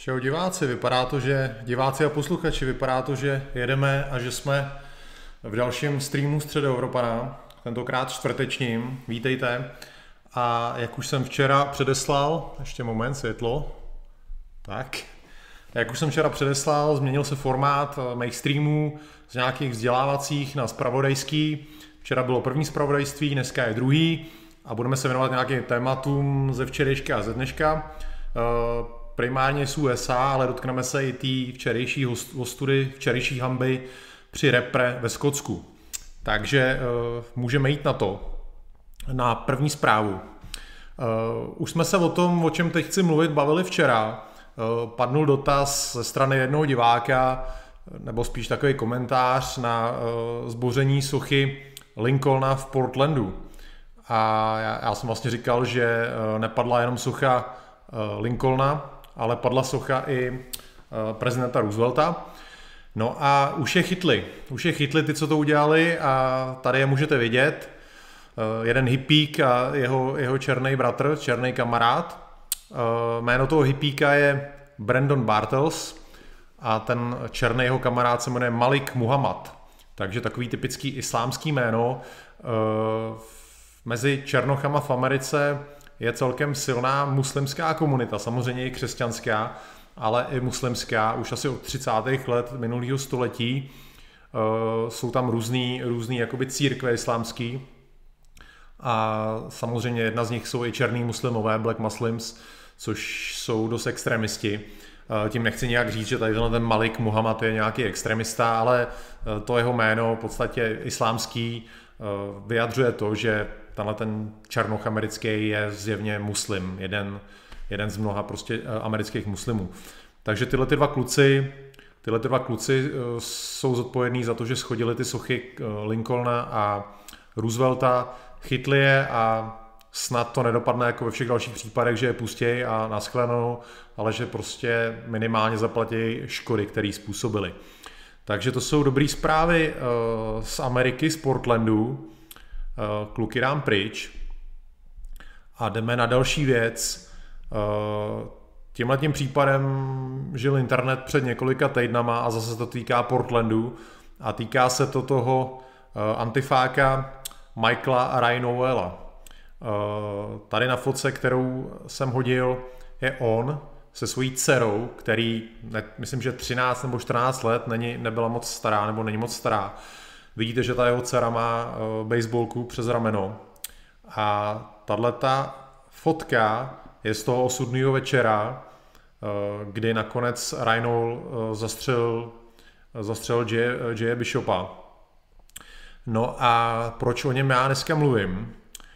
Čau diváci a posluchači, vypadá to, že jedeme a že jsme v dalším streamu Středoevropana, tentokrát čtvrtečním, vítejte. A jak už jsem včera předeslal, ještě moment, světlo, tak, jak už jsem včera předeslal, změnil se formát mých streamů z nějakých vzdělávacích na zpravodajský. Včera bylo první zpravodajství, dneska je druhý a budeme se věnovat nějakým tématům ze včerejška a ze dneška. Primárně z USA, ale dotkneme se i té včerejší ostudy, včerejší hanby při repre ve Skotsku. Takže můžeme jít na to, na první zprávu. Už jsme se o tom, o čem teď chci mluvit, bavili včera. Padnul dotaz ze strany jednoho diváka, nebo spíš takový komentář na zboření sochy Lincolna v Portlandu. A já jsem vlastně říkal, že nepadla jenom socha Lincolna, ale padla socha i prezidenta Roosevelta. No a už je chytli ty, co to udělali, a tady je můžete vidět. Jeden hippík a jeho černý bratr, černý kamarád. Jméno toho hippíka je Brandon Bartels a ten černý jeho kamarád se jmenuje Malik Muhammad. Takže takový typický islámský jméno. Mezi černochama v Americe je celkem silná muslimská komunita, samozřejmě i křesťanská, ale i muslimská, už asi od 30. let minulého století. Jsou tam různý jakoby církve islámský a samozřejmě jedna z nich jsou i černý muslimové, Black Muslims, což jsou dost extremisti. Tím nechci nějak říct, že tady ten Malik Muhammad je nějaký extremista, ale to jeho jméno v podstatě islámský vyjadřuje to, že tenhle ten černoch americký je zjevně muslim, jeden z mnoha prostě amerických muslimů. Takže tyhle dva kluci jsou zodpovědní za to, že shodili ty sochy Lincolna a Roosevelta, chytli je a snad to nedopadne jako ve všech dalších případech, že je pustějí a naschledanou, ale že prostě minimálně zaplatí škody, které způsobili. Takže to jsou dobré zprávy z Ameriky, z Portlandu. Kluky dám pryč a jdeme na další věc. Tímhletím případem žil internet před několika týdnama a zase to týká Portlandu a týká se to toho antifáka Michaela Rainowella. Tady na fotce, kterou jsem hodil, je on se svojí dcerou, který myslím, že 13 nebo 14 let nebyla moc stará nebo není moc stará. Vidíte, že ta jeho dcera má baseballku přes rameno a tato fotka je z toho osudného večera, kdy nakonec Rainowell zastřelil J.A. Bishopa. No a proč o něm já dneska mluvím?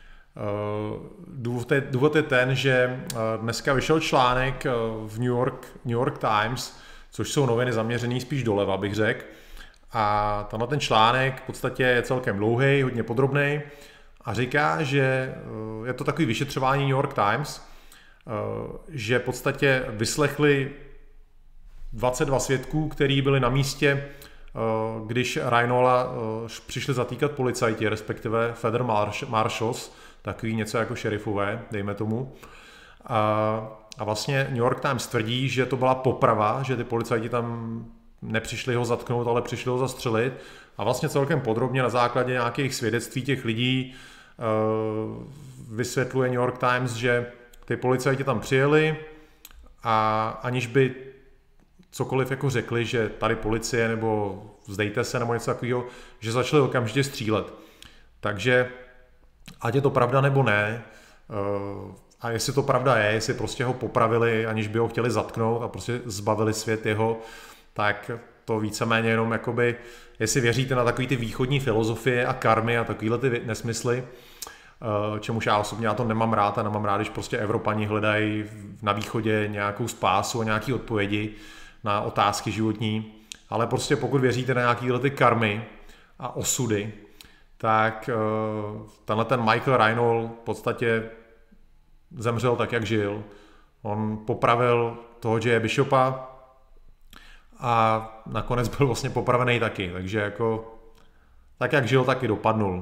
Důvod je ten, že dneska vyšel článek v New York Times, což jsou noviny zaměřený spíš doleva, bych řekl. A tenhle ten článek v podstatě je celkem dlouhý, hodně podrobný a říká, že je to takový vyšetřování New York Times, že v podstatě vyslechli 22 svědků, kteří byli na místě, když Rainowella přišli zatýkat policajti, respektive Federal Marshals, takový něco jako šerifové, dejme tomu. A vlastně New York Times tvrdí, že to byla poprava, že ty policajti tam nepřišli ho zatknout, ale přišli ho zastřelit. A vlastně celkem podrobně na základě nějakých svědectví těch lidí vysvětluje New York Times, že ty policajti tam přijeli a aniž by cokoliv jako řekli, že tady policie nebo vzdejte se nebo něco takového, že začali okamžitě střílet. Takže ať je to pravda nebo ne, a jestli to pravda je, jestli prostě ho popravili, aniž by ho chtěli zatknout a prostě zbavili svět jeho, tak to víceméně jenom jakoby, jestli věříte na takový ty východní filozofie a karmy a takovýhle ty nesmysly, čemuž já osobně to nemám rád a nemám rád, když prostě Evropani hledají na východě nějakou spásu a nějaké odpovědi na otázky životní, ale prostě pokud věříte na nějakýhle ty karmy a osudy, tak tenhle ten Michael Rainowell v podstatě zemřel tak, jak žil. On popravil toho J.A. Bishopa a nakonec byl vlastně popravený taky, takže jako tak, jak žil, tak i dopadnul.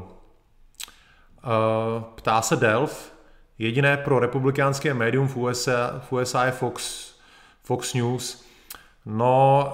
Ptá se Delf, jediné pro republikánské médium v USA je Fox News. No,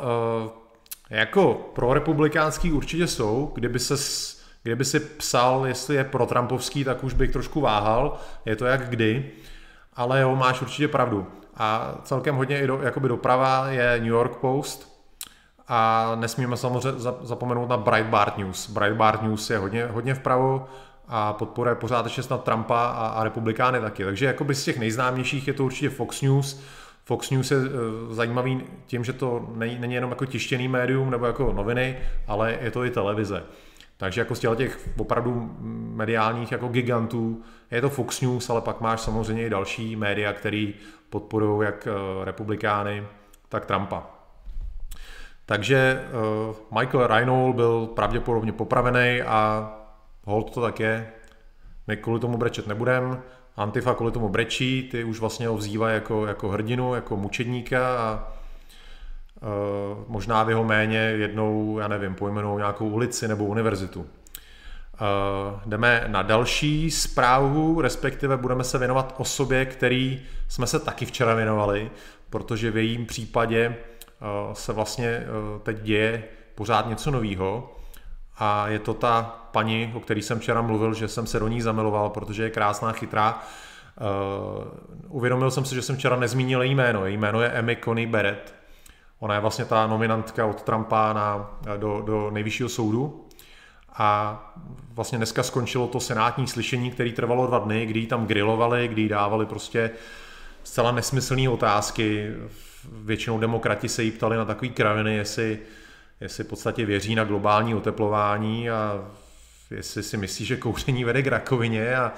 jako pro republikánský určitě jsou, kdyby si psal, jestli je pro trumpovský, tak už bych trošku váhal, je to jak kdy, ale jo, máš určitě pravdu. A celkem hodně i jakoby doprava je New York Post a nesmíme samozřejmě zapomenout na Breitbart News. Breitbart News je hodně vpravo a podporuje pořád ještě snad Trumpa a republikány taky. Takže jakoby z těch nejznámějších je to určitě Fox News. Fox News je zajímavý tím, že to není jenom jako tištěný médium nebo jako noviny, ale je to i televize. Takže jako z těch opravdu mediálních jako gigantů je to Fox News, ale pak máš samozřejmě i další média, který podporují jak republikány, tak Trumpa. Takže Michael Reinold byl pravděpodobně popravený a hold to tak je. My kvůli tomu brečet nebudem. Antifa kvůli tomu brečí, ty už vlastně ho vzývají jako hrdinu, jako mučedníka a možná v jeho méně jednou, já nevím, pojmenou nějakou ulici nebo univerzitu. Jdeme na další zprávu, respektive budeme se věnovat osobě, který jsme se taky včera věnovali, protože v jejím případě se vlastně teď děje pořád něco novýho a je to ta paní, o který jsem včera mluvil, že jsem se do ní zamiloval, protože je krásná, chytrá. Uvědomil jsem si, že jsem včera nezmínil její jméno. Její jméno je Amy Coney Barrett. Ona je vlastně ta nominantka od Trumpa do nejvyššího soudu. A vlastně dneska skončilo to senátní slyšení, které trvalo 2 dny, kdy ji tam grilovali, kdy jí dávali prostě zcela nesmyslné otázky. Většinou demokrati se jí ptali na takový kraviny, jestli v podstatě věří na globální oteplování a jestli si myslí, že kouření vede k rakovině a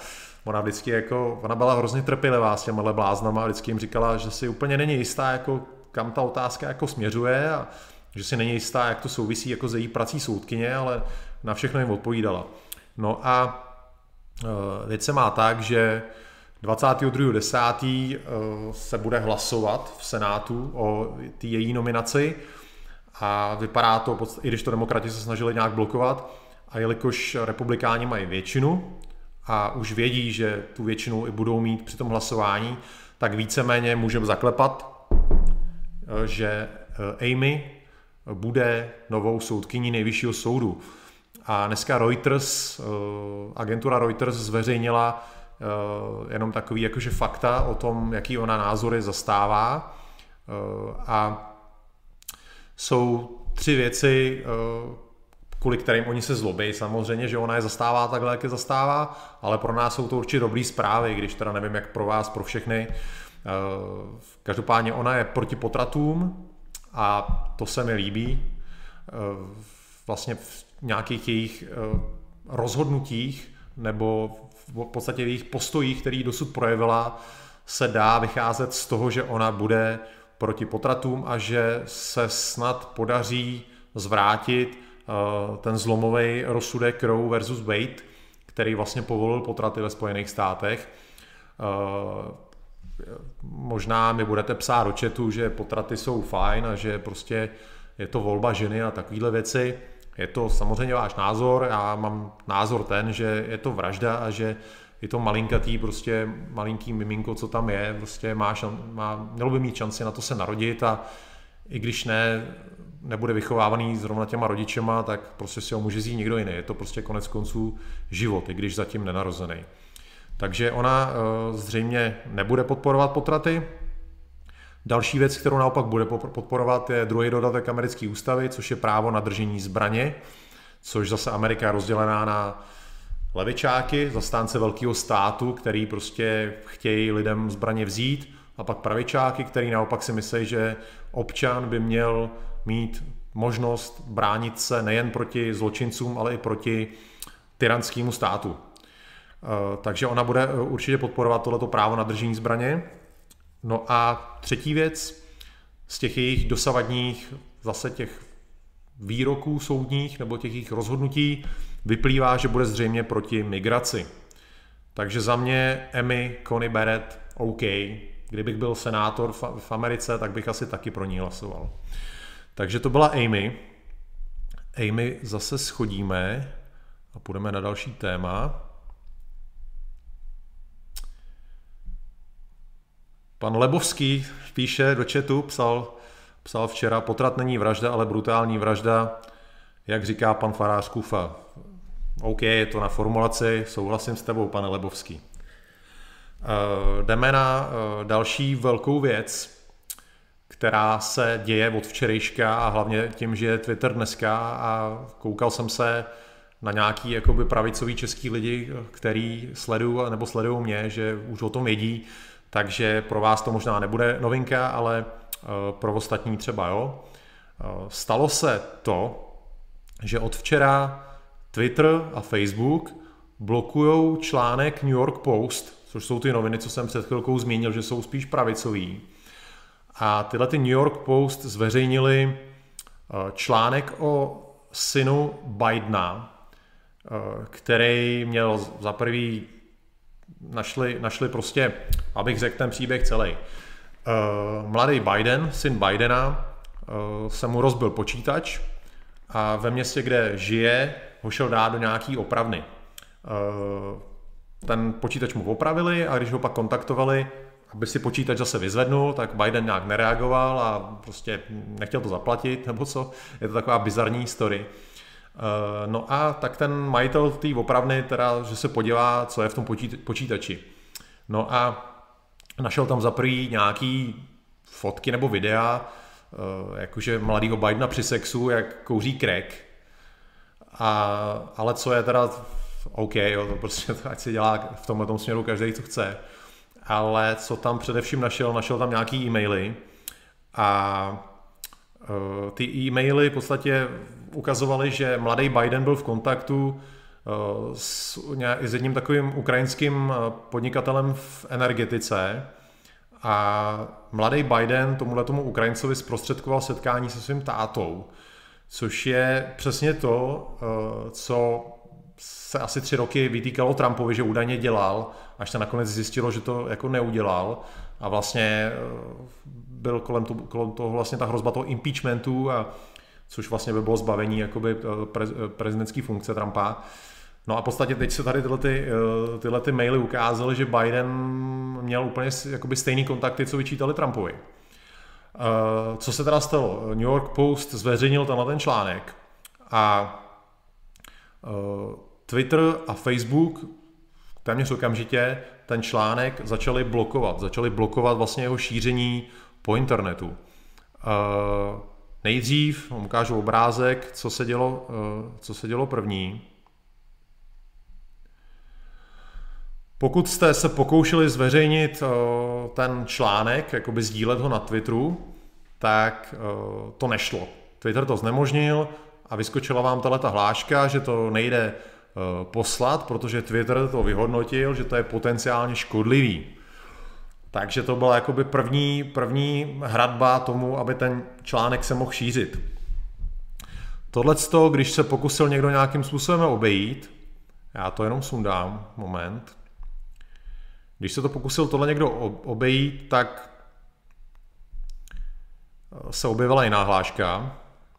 ona byla hrozně trpělivá s těmhle bláznama a vždycky jim říkala, že si úplně není jistá, jako kam ta otázka jako směřuje a že si není jistá, jak to souvisí jako s její prací soudkyně, ale na všechno jim odpovídala. No a věc se má tak, že 22.10. se bude hlasovat v Senátu o té její nominaci a vypadá to, i když to demokrati se snažili nějak blokovat, a jelikož republikáni mají většinu a už vědí, že tu většinu i budou mít při tom hlasování, tak víceméně můžeme zaklepat, že Amy bude novou soudkyní nejvyššího soudu. A dneska agentura Reuters zveřejnila jenom takový jakože fakta o tom, jaký ona názory zastává. A jsou 3 věci, kvůli kterým oni se zlobí. Samozřejmě, že ona je zastává takhle, jak je zastává, ale pro nás jsou to určitě dobrý zprávy, když teda nevím, jak pro vás, pro všechny. Každopádně ona je proti potratům a to se mi líbí. Vlastně v nějakých jejich rozhodnutích nebo v podstatě v jejich postojích, který dosud projevila, se dá vycházet z toho, že ona bude proti potratům a že se snad podaří zvrátit ten zlomový rozsudek Roe versus Wade, který vlastně povolil potraty ve Spojených státech. Možná mi budete psát do chatu, že potraty jsou fajn a že prostě je to volba ženy a takovéhle věci. Je to samozřejmě váš názor, já mám názor ten, že je to vražda a že je to malinký miminko, co tam je, prostě mělo by mít šanci na to se narodit a i když nebude vychovávaný zrovna těma rodičema, tak prostě si ho může vzít někdo jiný. Je to prostě konec konců život, i když zatím nenarozený. Takže ona zřejmě nebude podporovat potraty. Další věc, kterou naopak bude podporovat, je druhý dodatek americké ústavy, což je právo na držení zbraně, což zase Amerika je rozdělená na levičáky, zastánce velkého státu, který prostě chtějí lidem zbraně vzít, a pak pravičáky, který naopak si myslí, že občan by měl mít možnost bránit se nejen proti zločincům, ale i proti tyranskému státu. Takže ona bude určitě podporovat tohleto právo na držení zbraně. No a třetí věc, z těch jejich dosavadních zase těch výroků soudních nebo těch jejich rozhodnutí vyplývá, že bude zřejmě proti migraci. Takže za mě Amy Coney Barrett OK. Kdybych byl senátor v Americe, tak bych asi taky pro ní hlasoval. Takže to byla Amy. Amy zase schodíme a půjdeme na další téma. Pan Lebovský píše do chatu, psal včera, potrat není vražda, ale brutální vražda, jak říká pan farář Kufa. OK, je to na formulaci, souhlasím s tebou, pane Lebovský. Jdeme na další velkou věc, která se děje od včerejška a hlavně tím, že je Twitter dneska a koukal jsem se na nějaký jakoby pravicový český lidi, který sledují nebo sledují mě, že už o tom vědí, takže pro vás to možná nebude novinka, ale pro ostatní třeba jo. Stalo se to, že od včera Twitter a Facebook blokujou článek New York Post, což jsou ty noviny, co jsem před chvilkou zmínil, že jsou spíš pravicový. A tyhle ty New York Post zveřejnili článek o synu Bidena, který měl za prvý, našli prostě, abych řekl ten příběh celý. Mladý Biden, syn Bidena, se mu rozbil počítač a ve městě, kde žije, ho šel dát do nějaký opravny. Ten počítač mu opravili a když ho pak kontaktovali, aby si počítač zase vyzvednul, tak Biden nějak nereagoval a prostě nechtěl to zaplatit, nebo co. Je to taková bizarní story. No a tak ten majitel té opravny, teda, že se podívá, co je v tom počítači. No a našel tam za prvý nějaký fotky nebo videa, jakože mladýho Bidena při sexu, jak kouří crack. Ale co je teda, OK, jo, to prostě ať si dělá v tomhle směru každý, co chce. Ale co tam především našel tam nějaký e-maily a ty e-maily v podstatě ukazovaly, že mladý Biden byl v kontaktu s jedním takovým ukrajinským podnikatelem v energetice a mladý Biden tomu Ukrajincovi zprostředkoval setkání se svým tátou, což je přesně to, co se asi 3 roky vytýkalo Trumpovi, že údajně dělal, až se nakonec zjistilo, že to jako neudělal a vlastně byl kolem toho vlastně ta hrozba toho impeachmentu, což vlastně by bylo zbavení jakoby prezidentské funkce Trumpa. No a v podstatě teď se tady tyhle ty maily ukázaly, že Biden měl úplně jakoby stejný kontakty, co vyčítali Trumpovi. Co se teda stalo? New York Post zveřejnil ten článek a Twitter a Facebook téměř okamžitě ten článek začali blokovat vlastně jeho šíření po internetu. Nejdřív vám ukážu obrázek, co se dělo první. Pokud jste se pokoušeli zveřejnit ten článek, jakoby sdílet ho na Twitteru, tak to nešlo. Twitter to znemožnil a vyskočila vám tato hláška, že to nejde poslat, protože Twitter to vyhodnotil, že to je potenciálně škodlivý. Takže to byla jakoby první hradba tomu, aby ten článek se mohl šířit. Tohleto, když se pokusil někdo nějakým způsobem obejít, já to jenom sundám, moment. Když se to pokusil tohle někdo obejít, tak se objevila jiná hláška.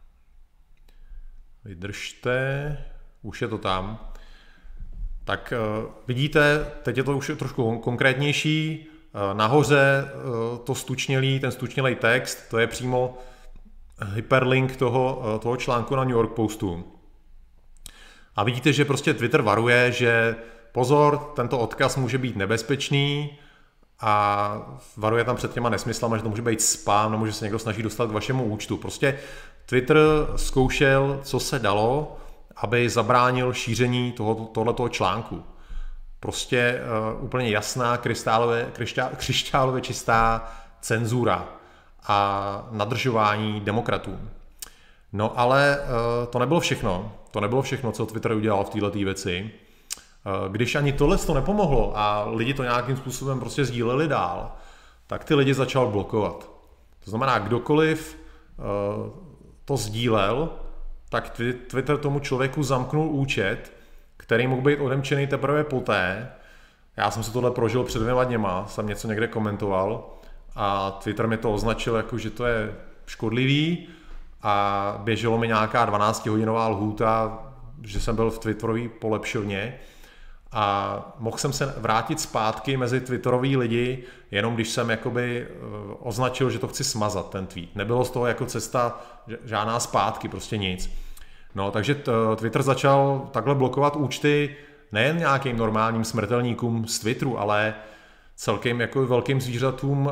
Vydržte, už je to tam. Tak vidíte, teď je to už trošku konkrétnější. Nahoře ten stučnělej text, to je přímo hyperlink toho článku na New York Postu. A vidíte, že prostě Twitter varuje, že pozor, tento odkaz může být nebezpečný a varuje tam před těma nesmyslama, že to může být spam, nebo že se někdo snaží dostat k vašemu účtu. Prostě Twitter zkoušel, co se dalo, aby zabránil šíření tohletoho článku. Prostě úplně jasná, křišťálově čistá cenzura a nadržování demokratů. No ale to nebylo všechno. To nebylo všechno, co Twitter udělal v této věci. Když ani tohle to nepomohlo a lidi to nějakým způsobem prostě sdíleli dál, tak ty lidi začal blokovat. To znamená, kdokoliv to sdílel, tak Twitter tomu člověku zamknul účet, který mohl být odemčený teprve poté. Já jsem si tohle prožil před 2 dněma, jsem něco někde komentoval a Twitter mi to označil jako, že to je škodlivý a běželo mi nějaká 12hodinová lhůta, že jsem byl v Twitterové polepšovně a mohl jsem se vrátit zpátky mezi twitterový lidi, jenom když jsem jakoby označil, že to chci smazat, ten tweet. Nebylo z toho jako cesta žádná zpátky, prostě nic. No, takže Twitter začal takhle blokovat účty nejen nějakým normálním smrtelníkům z Twitteru, ale celkem jako velkým zvířatům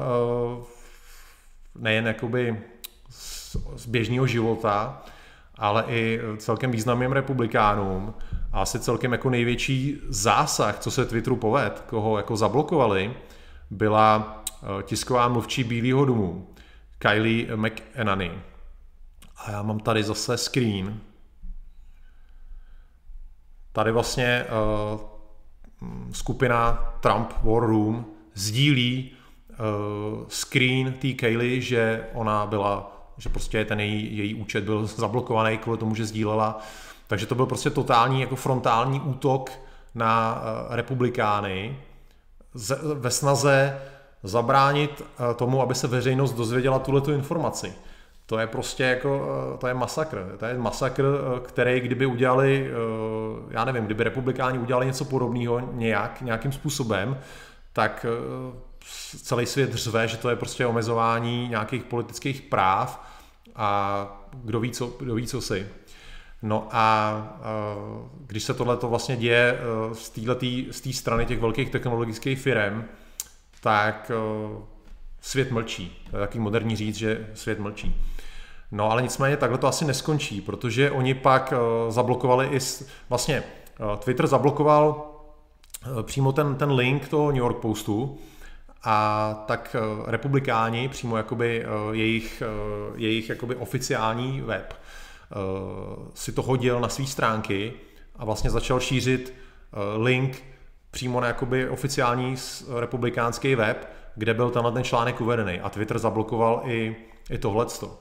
nejen jakoby z běžného života, ale i celkem významným republikánům. A asi celkem jako největší zásah, co se Twitteru povedl, koho jako zablokovali, byla tisková mluvčí Bílého domu, Kylie McEnany. A já mám tady zase screen. Tady vlastně skupina Trump War Room sdílí screen té Kylie, že ona byla, že prostě ten její účet byl zablokovaný kvůli tomu, že sdílela. Takže to byl prostě totální jako frontální útok na republikány ve snaze zabránit tomu, aby se veřejnost dozvěděla tuhletu informaci. To je prostě jako, to je masakr. To je masakr, který kdyby udělali, já nevím, kdyby republikáni udělali něco podobného nějakým způsobem, tak celý svět řve, že to je prostě omezování nějakých politických práv a kdo ví, co si. No a když se tohleto vlastně děje z té strany těch velkých technologických firm, tak svět mlčí. To je taky moderní říct, že svět mlčí. No ale nicméně takhle to asi neskončí, protože oni pak zablokovali vlastně Twitter zablokoval přímo ten link toho New York Postu a tak republikáni, přímo jakoby jejich jakoby oficiální web, si to hodil na své stránky a vlastně začal šířit link přímo na jakoby oficiální republikánský web, kde byl ten článek uvedený a Twitter zablokoval i tohleto.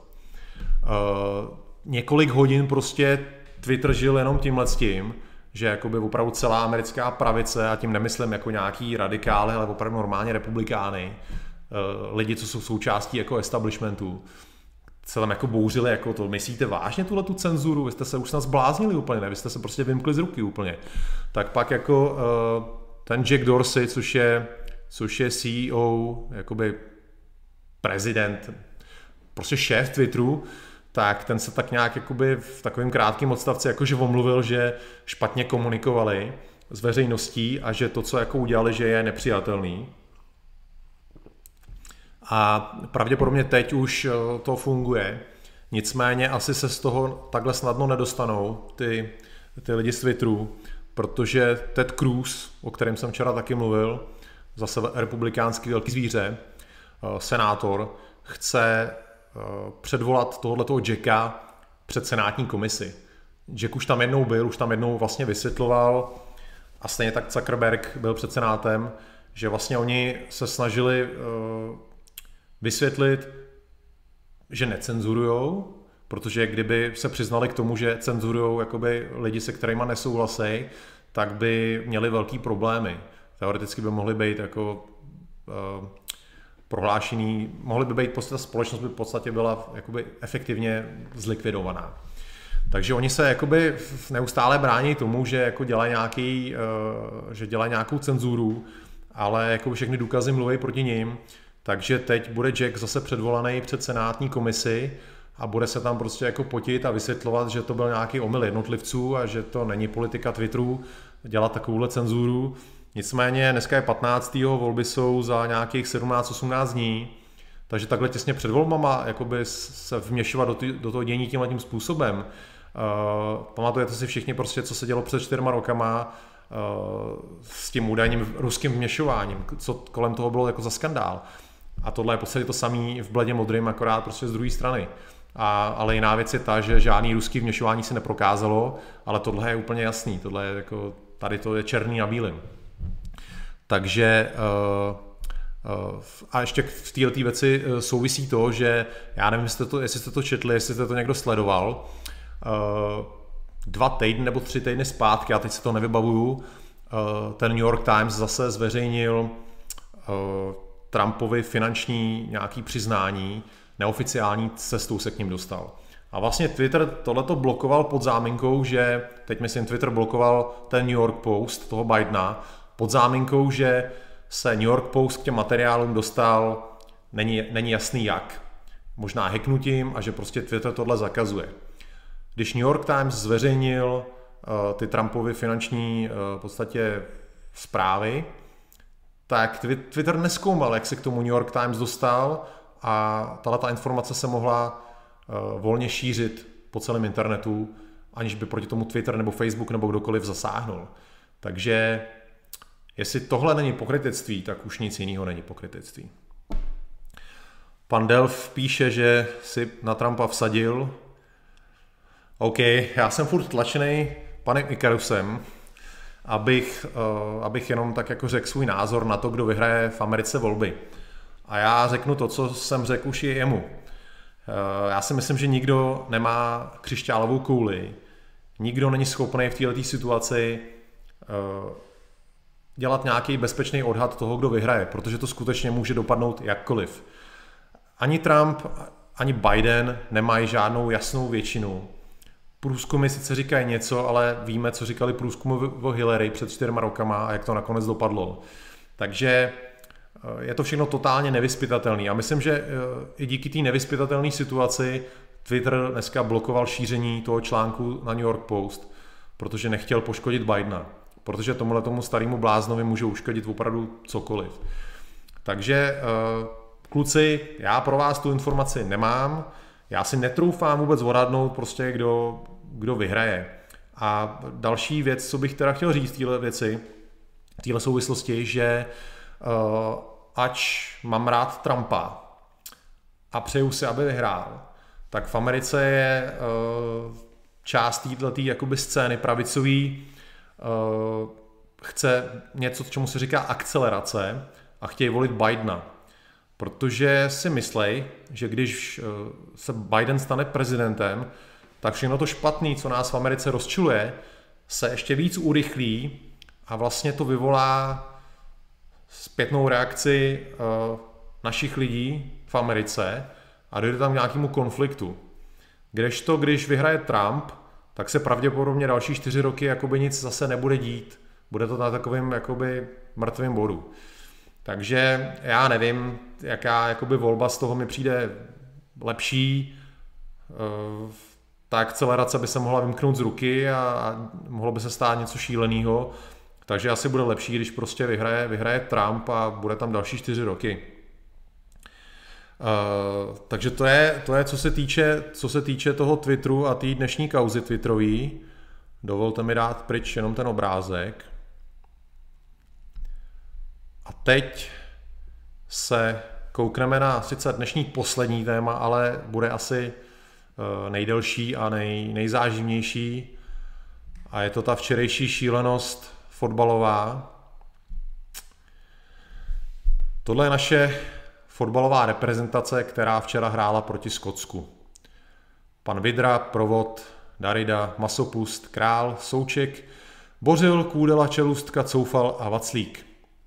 Několik hodin prostě Twitter žil jenom tímhletím, že jakoby opravdu celá americká pravice, a tím nemyslím jako nějaký radikály, ale opravdu normálně republikány, lidi, co jsou součástí jako establishmentu, se tam jako bouřili, jako to myslíte vážně tu cenzuru, vy jste se už snad zbláznili úplně, ne? Vy jste se prostě vymkli z ruky úplně. Tak pak jako ten Jack Dorsey, což je CEO, jakoby prezident, prostě šéf Twitteru, tak ten se tak nějak jakoby v takovém krátkém odstavci jakože omluvil, že špatně komunikovali s veřejností a že to, co jako udělali, že je nepřijatelný. A pravděpodobně teď už to funguje. Nicméně asi se z toho takhle snadno nedostanou ty lidi z Twitteru, protože Ted Cruz, o kterém jsem včera taky mluvil, zase republikánský velký zvíře, senátor, chce předvolat tohoto Jacka před senátní komisi. Jack už tam jednou byl, už tam jednou vlastně vysvětloval a stejně tak Zuckerberg byl před senátem, že vlastně oni se snažili vysvětlit, že necenzurujou, protože kdyby se přiznali k tomu, že cenzurujou jakoby lidi, se kterými nesouhlasí, tak by měli velký problémy. Teoreticky by mohly být jako prohlášení, mohly by být, ta společnost by v podstatě byla jakoby efektivně zlikvidovaná. Takže oni se jakoby neustále brání tomu, že jako dělají nějakou cenzuru, ale jako všechny důkazy mluví proti nim. Takže teď bude Jack zase předvolaný před senátní komisi a bude se tam prostě jako potit a vysvětlovat, že to byl nějaký omyl jednotlivců a že to není politika Twitteru dělat takovouhle cenzuru. Nicméně dneska je 15. volby jsou za nějakých 17-18 dní, takže takhle těsně před volbama jakoby se vměšovat do toho dění tímhletím způsobem. Pamatujete si všichni prostě, co se dělo před 4 rokama s tím údajným ruským vměšováním, co kolem toho bylo jako za skandál. A tohle je podstatě to samé v bledě modrým, akorát prostě z druhé strany. Ale jiná věc je ta, že žádný ruský vměšování se neprokázalo, ale tohle je úplně jasný, tohle je jako, tady to je černý na bílém. Takže a ještě v této věci souvisí to, že já nevím, jestli jste to četli, jestli jste to někdo sledoval, 2 týdny nebo 3 týdny zpátky, já teď si to nevybavuju, ten New York Times zase zveřejnil Trumpovi finanční nějaký přiznání, neoficiální cestou se k ním dostal. A vlastně Twitter tohleto blokoval pod záminkou, že, teď myslím Twitter blokoval ten New York Post toho Bidena, pod záminkou, že se New York Post k těm materiálům dostal, není jasný jak. Možná hacknutím a že prostě Twitter tohle zakazuje. Když New York Times zveřejnil ty Trumpovy finanční v podstatě zprávy, tak Twitter nezkoumal, jak se k tomu New York Times dostal a tato informace se mohla volně šířit po celém internetu, aniž by proti tomu Twitter nebo Facebook nebo kdokoliv zasáhnul. Takže jestli tohle není pokrytectví, tak už nic jiného není pokrytectví. Pan Delf píše, že si na Trumpa vsadil. OK, já jsem furt tlačený panem Ikarusem, abych jenom tak jako řekl svůj názor na to, kdo vyhraje v Americe volby. A já řeknu to, co jsem řekl už i jemu. Já si myslím, že nikdo nemá křišťálovou kouli, nikdo není schopný v této situaci dělat nějaký bezpečný odhad toho, kdo vyhraje, protože to skutečně může dopadnout jakkoliv. Ani Trump, ani Biden nemají žádnou jasnou většinu. Průzkumy sice říkají něco, ale víme, co říkali průzkumy o Hillary před 4 rokama a jak to nakonec dopadlo. Takže je to všechno totálně nevyzpytatelný. A myslím, že i díky té nevyzpytatelné situaci Twitter dneska blokoval šíření toho článku na New York Post, protože nechtěl poškodit Bidena. Protože tomu starému bláznovi může uškodit opravdu cokoliv. Takže kluci, já pro vás tu informaci nemám. Já si netroufám vůbec odhadnout prostě, kdo vyhraje. A další věc, co bych teda chtěl říct v téhle souvislosti, že ač mám rád Trumpa a přeju si, aby vyhrál, tak v Americe je část této jakoby scény pravicový, chce něco, čemu se říká akcelerace a chtějí volit Bidena. Protože si myslej, že když se Biden stane prezidentem, tak všechno to špatné, co nás v Americe rozčiluje, se ještě víc urychlí a vlastně to vyvolá zpětnou reakci našich lidí v Americe a dojde tam k nějakému konfliktu. Kdežto, když vyhraje Trump, tak se pravděpodobně další 4 roky jakoby nic zase nebude dít. Bude to na takovém jakoby mrtvém bodu. Takže já nevím, jaká jakoby volba z toho mi přijde lepší. Ta akcelerace by se mohla vymknout z ruky a mohlo by se stát něco šíleného. Takže asi bude lepší, když prostě vyhraje Trump a bude tam další 4 roky. Takže to je co se týče toho Twitteru a té dnešní kauzy twitterový. Dovolte mi dát pryč jenom ten obrázek. A teď se koukneme na sice dnešní poslední téma, ale bude asi nejdelší a nejzáživnější. A je to ta včerejší šílenost fotbalová. Tohle je naše fotbalová reprezentace, která včera hrála proti Skotsku. Pan Vidra, Provod, Darida, Masopust, Král, Souček, Bořil, Kůdela, Čelůstka, Coufal a Vaclík.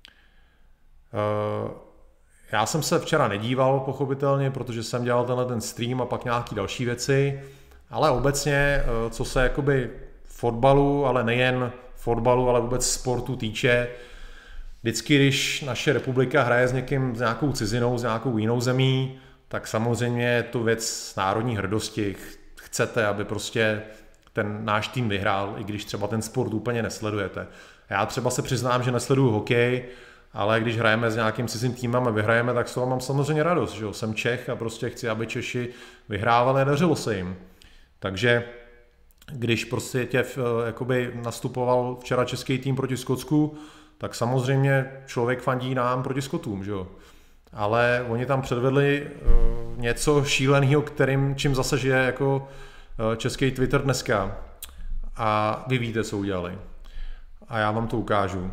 Já jsem se včera nedíval, pochopitelně, protože jsem dělal ten stream a pak nějaký další věci, ale obecně, co se jakoby fotbalu, ale nejen fotbalu, ale vůbec sportu týče, vždycky, když naše republika hraje s někým, s nějakou cizinou, s nějakou jinou zemí, tak samozřejmě je to věc národní hrdosti. Chcete, aby prostě ten náš tým vyhrál, i když třeba ten sport úplně nesledujete. Já třeba se přiznám, že nesleduju hokej, ale když hrajeme s nějakým cizím týmem a vyhrajeme, tak z toho mám samozřejmě radost, že jo? Jsem Čech a prostě chci, aby Češi vyhrávali a dařilo se jim. Takže když prostě jakoby nastupoval včera český tým proti Skotsku, tak samozřejmě člověk fandí nám proti Skotům, že jo? Ale oni tam předvedli něco šíleného, čím zase žije jako český Twitter dneska. A vy víte, co udělali. A já vám to ukážu.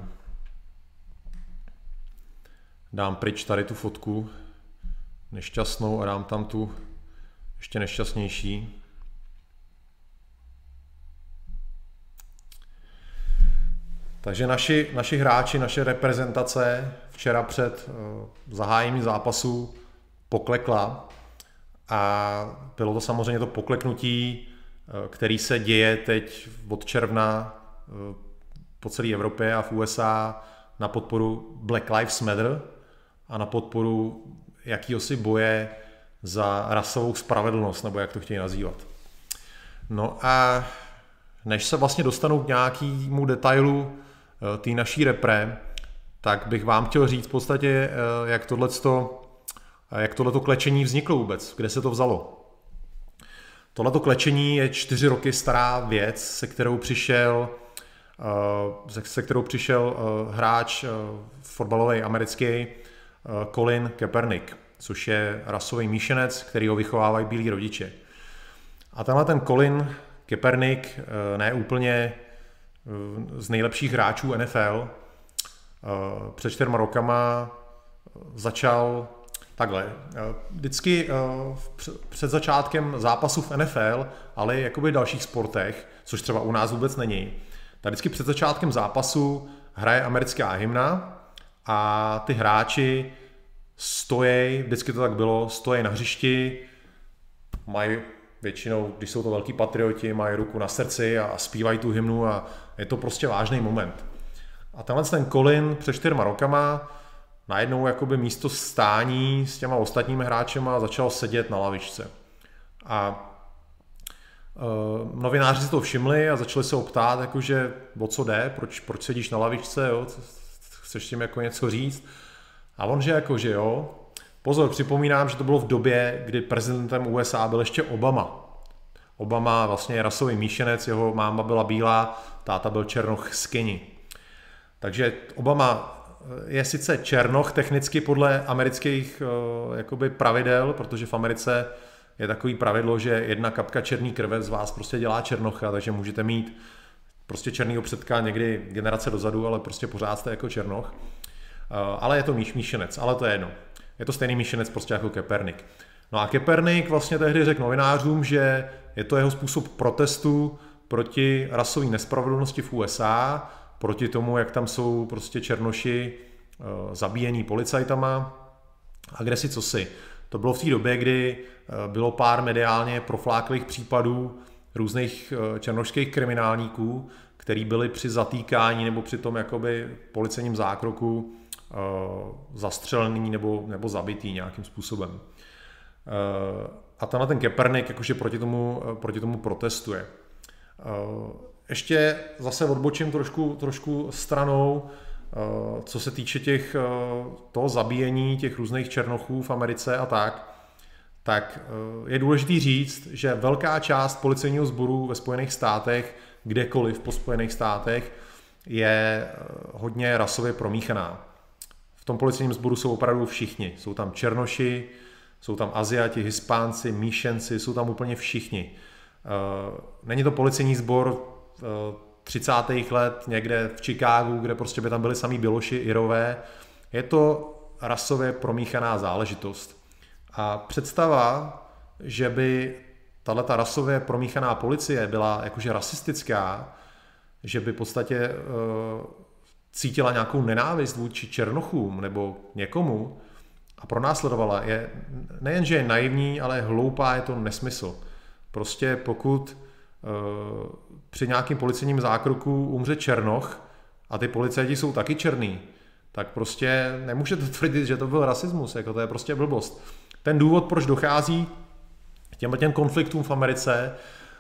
Dám pryč tady tu fotku nešťastnou a dám tam tu ještě nešťastnější. Takže naši hráči, naše reprezentace včera před zahájením zápasu poklekla a bylo to samozřejmě to pokleknutí, který se děje teď od června po celé Evropě a v USA na podporu Black Lives Matter a na podporu jakýhosi boje za rasovou spravedlnost, nebo jak to chtějí nazývat. No a než se vlastně dostanu k nějakému detailu té naší repre, tak bych vám chtěl říct v podstatě, jak tohleto klečení vzniklo vůbec, kde se to vzalo. Tohleto klečení je 4 roky stará věc, se kterou přišel hráč fotbalový americký Colin Kaepernick, což je rasový míšenec, který ho vychovávají bílí rodiče. A tenhle ten Colin Kaepernick, ne úplně z nejlepších hráčů NFL, před 4 rokama začal takhle. Vždycky před začátkem zápasu v NFL, ale jakoby v dalších sportech, což třeba u nás vůbec není, tak vždycky před začátkem zápasu hraje americká hymna a ty hráči stojí, vždycky to tak bylo, stojí na hřišti, mají většinou, když jsou to velký patrioti, mají ruku na srdci a zpívají tu hymnu a je to prostě vážný moment. A tenhle ten Colin před 4 rokama najednou jakoby místo stání s těma ostatními hráčema začal sedět na lavičce. A novináři si to všimli a začali se ho ptát, jakože o co jde, proč sedíš na lavičce, jo? Chceš tím jako něco říct? A on, že jakože jo. Pozor, připomínám, že to bylo v době, kdy prezidentem USA byl ještě Obama. Obama vlastně je rasový míšenec, jeho máma byla bílá, táta byl černoch z Keni. Takže Obama je sice černoch technicky podle amerických jakoby pravidel, protože v Americe je takový pravidlo, že 1 kapka černý krve z vás prostě dělá černocha, takže můžete mít prostě černýho předka někdy generace dozadu, ale prostě pořád jste jako černoch. Ale je to míšenec, ale to je jedno. Je to stejný míšenec prostě jako Kaepernick. No a Kaepernick vlastně tehdy řekl novinářům, že je to jeho způsob protestu proti rasové nespravedlnosti v USA, proti tomu, jak tam jsou prostě černoši zabíjení policajtama a kde si cosi. To bylo v té době, kdy bylo pár mediálně profláklých případů různých černošských kriminálníků, který byli při zatýkání nebo při tom jakoby policejním zákroku zastřelený nebo zabitý nějakým způsobem. A tenhle ten Kaepernick jakože proti tomu protestuje. Ještě zase odbočím trošku stranou, co se týče toho zabíjení těch různých černochů v Americe a tak je důležitý říct, že velká část policejního sboru ve Spojených státech, kdekoliv po Spojených státech, je hodně rasově promíchaná. V tom policejním sboru jsou opravdu všichni. Jsou tam černoši, jsou tam Aziati, Hispánci, míšenci, jsou tam úplně všichni. Není to policejní sbor 30. let někde v Chicagu, kde prostě by tam byli samý běloši, Irové. Je to rasově promíchaná záležitost. A představa, že by tato rasově promíchaná policie byla jakože rasistická, že by v podstatě cítila nějakou nenávist vůči černochům nebo někomu a pronásledovala, je nejenže je naivní, ale hloupá, je to nesmysl. Prostě pokud při nějakým policejním zákroku umře černoch a ty policajti jsou taky černý, tak prostě nemůžete tvrdit, že to byl rasismus, jako to je prostě blbost. Ten důvod, proč dochází k těm konfliktům v Americe,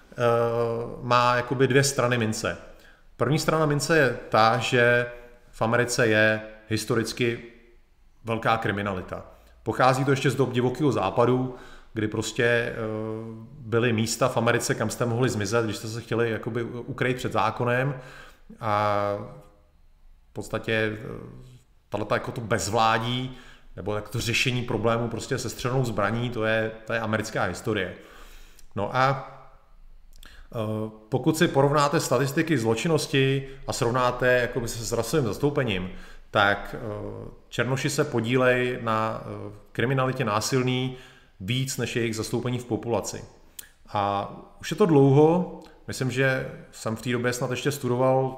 má jakoby 2 strany mince. První strana mince je ta, že v Americe je historicky velká kriminalita. Pochází to ještě z dob divokého západu, kdy prostě byly místa v Americe, kam jste mohli zmizet, když jste se chtěli jakoby ukrýt před zákonem a v podstatě tato jako to bezvládí nebo tak to řešení problému prostě se střelnou zbraní, to je americká historie. No a pokud si porovnáte statistiky zločinnosti a srovnáte jakoby se s rasovým zastoupením, tak černoši se podílejí na kriminalitě násilný víc než jejich zastoupení v populaci. A už je to dlouho, myslím, že jsem v té době snad ještě studoval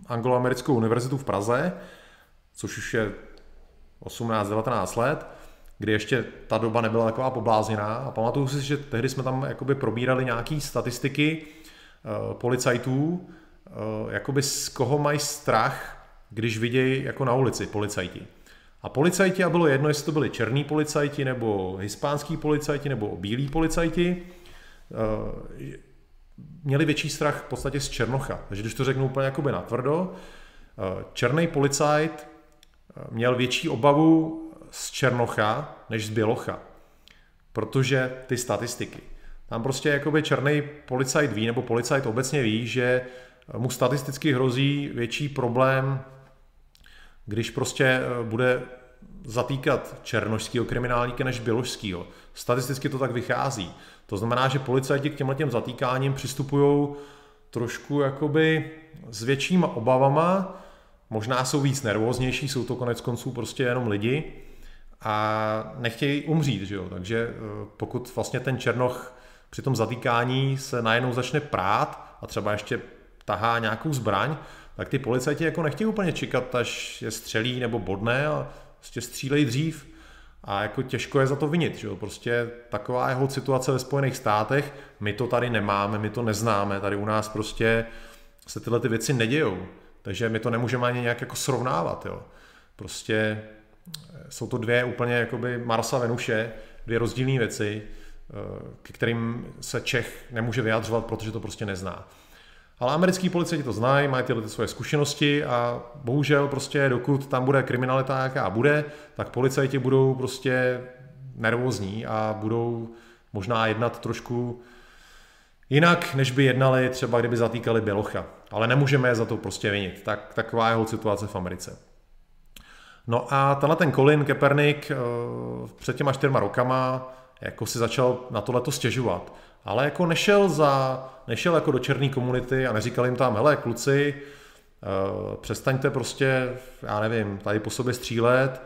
Angloamerickou univerzitu v Praze, což už je 18-19 let, kdy ještě ta doba nebyla taková poblázněná. A pamatuju si, že tehdy jsme tam jakoby probírali nějaký statistiky policajtů, jakoby z koho mají strach, když vidějí jako na ulici policajti. A policajti, a bylo jedno, jestli to byli černí policajti, nebo hispánský policajti, nebo bílí policajti, měli větší strach v podstatě z černocha. Takže když to řeknu úplně jakoby natvrdo, černý policajt měl větší obavu z černocha než z bělocha. Protože ty statistiky. Tam prostě jakoby černý policajt ví, nebo policajt obecně ví, že mu statisticky hrozí větší problém, když prostě bude zatýkat černošského kriminálníka než běložského. Statisticky to tak vychází. To znamená, že policajti k těmhletěm zatýkáním přistupují trošku jakoby s většíma obavama, možná jsou víc nervóznější, jsou to konec konců prostě jenom lidi a nechtějí umřít, že jo? Takže pokud vlastně ten černoch při tom zatýkání se najednou začne prát a třeba ještě tahá nějakou zbraň, tak ty policajti jako nechtějí úplně čekat, až je střelí nebo bodne a prostě střílej dřív a jako těžko je za to vinit, že jo? Prostě taková je situace ve Spojených státech, my to tady nemáme, my to neznáme, tady u nás prostě se tyhle ty věci nedějou, takže my to nemůžeme ani nějak jako srovnávat, jo? Prostě jsou to dvě úplně jakoby Mars a Venuše, dvě rozdílné věci, ke kterým se Čech nemůže vyjadřovat, protože to prostě nezná. Ale americký policajti to znají, mají tyhle svoje zkušenosti a bohužel prostě dokud tam bude kriminalita, jaká bude, tak policajti budou prostě nervózní a budou možná jednat trošku jinak, než by jednali třeba, kdyby zatýkali bělocha. Ale nemůžeme je za to prostě vinit. Taková je situace v Americe. No a tenhle ten Colin Kaepernick před těma 4 rokama jako si začal na tohleto stěžovat. Ale jako nešel jako do černé komunity a neříkal jim tam, hele kluci, přestaňte prostě, já nevím, tady po sobě střílet,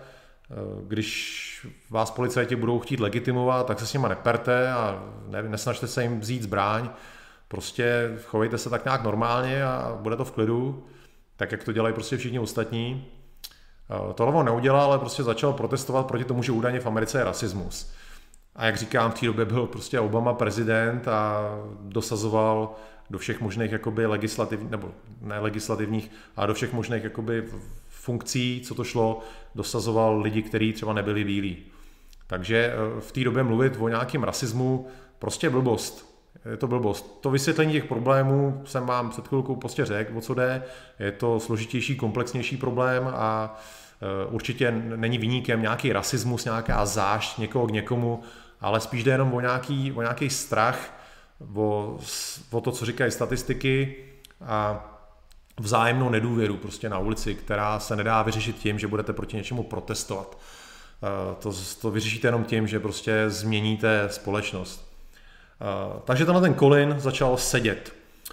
když vás policajti budou chtít legitimovat, tak se s nima neperte a nesnažte se jim vzít zbraň, prostě chovejte se tak nějak normálně a bude to v klidu, tak jak to dělají prostě všichni ostatní. Tohle on neudělal, ale prostě začal protestovat proti tomu, že údajně v Americe je rasismus. A jak říkám, v té době byl prostě Obama prezident a dosazoval do všech možných jakoby legislativních, nebo ne legislativních, ale do všech možných jakoby funkcí, co to šlo, dosazoval lidi, kteří třeba nebyli bílí. Takže v té době mluvit o nějakém rasismu prostě blbost. Je to blbost. To vysvětlení těch problémů jsem vám před chvilkou prostě řekl, o co jde. Je to složitější, komplexnější problém a určitě není viníkem nějaký rasismus, nějaká zášť někoho k někomu, ale spíš jde jenom o nějaký strach, o to, co říkají statistiky a vzájemnou nedůvěru prostě na ulici, která se nedá vyřešit tím, že budete proti něčemu protestovat. To vyřešíte jenom tím, že prostě změníte společnost. Takže tenhle ten Colin začal sedět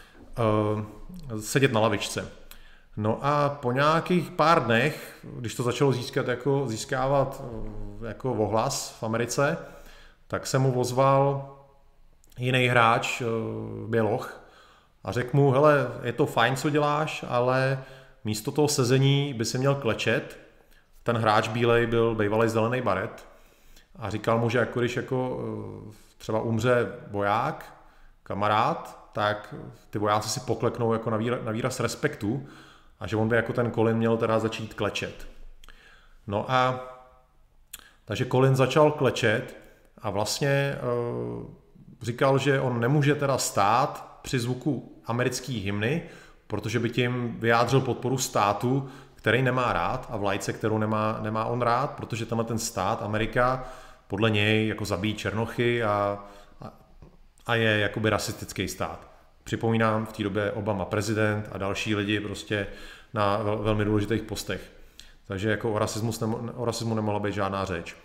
na lavičce. No a po nějakých pár dnech, když to začalo získávat jako ohlas v Americe, tak se mu ozval jiný hráč, běloch, a řekl mu, hele, je to fajn, co děláš, ale místo toho sezení by si měl klečet. Ten hráč bílej byl bývalý zelený baret a říkal mu, že jako když jako třeba umře voják, kamarád, tak ty vojáci si pokleknou jako na výraz respektu a že on by jako ten Colin měl teda začít klečet. No a takže Colin začal klečet a vlastně říkal, že on nemůže teda stát při zvuku americké hymny, protože by tím vyjádřil podporu státu, který nemá rád a vlajce, kterou nemá on rád, protože tenhle ten stát, Amerika, podle něj jako zabíjí černochy a je jakoby rasistický stát. Připomínám, v té době Obama prezident a další lidi prostě na velmi důležitých postech. Takže jako o rasismu nemohla být žádná řeč.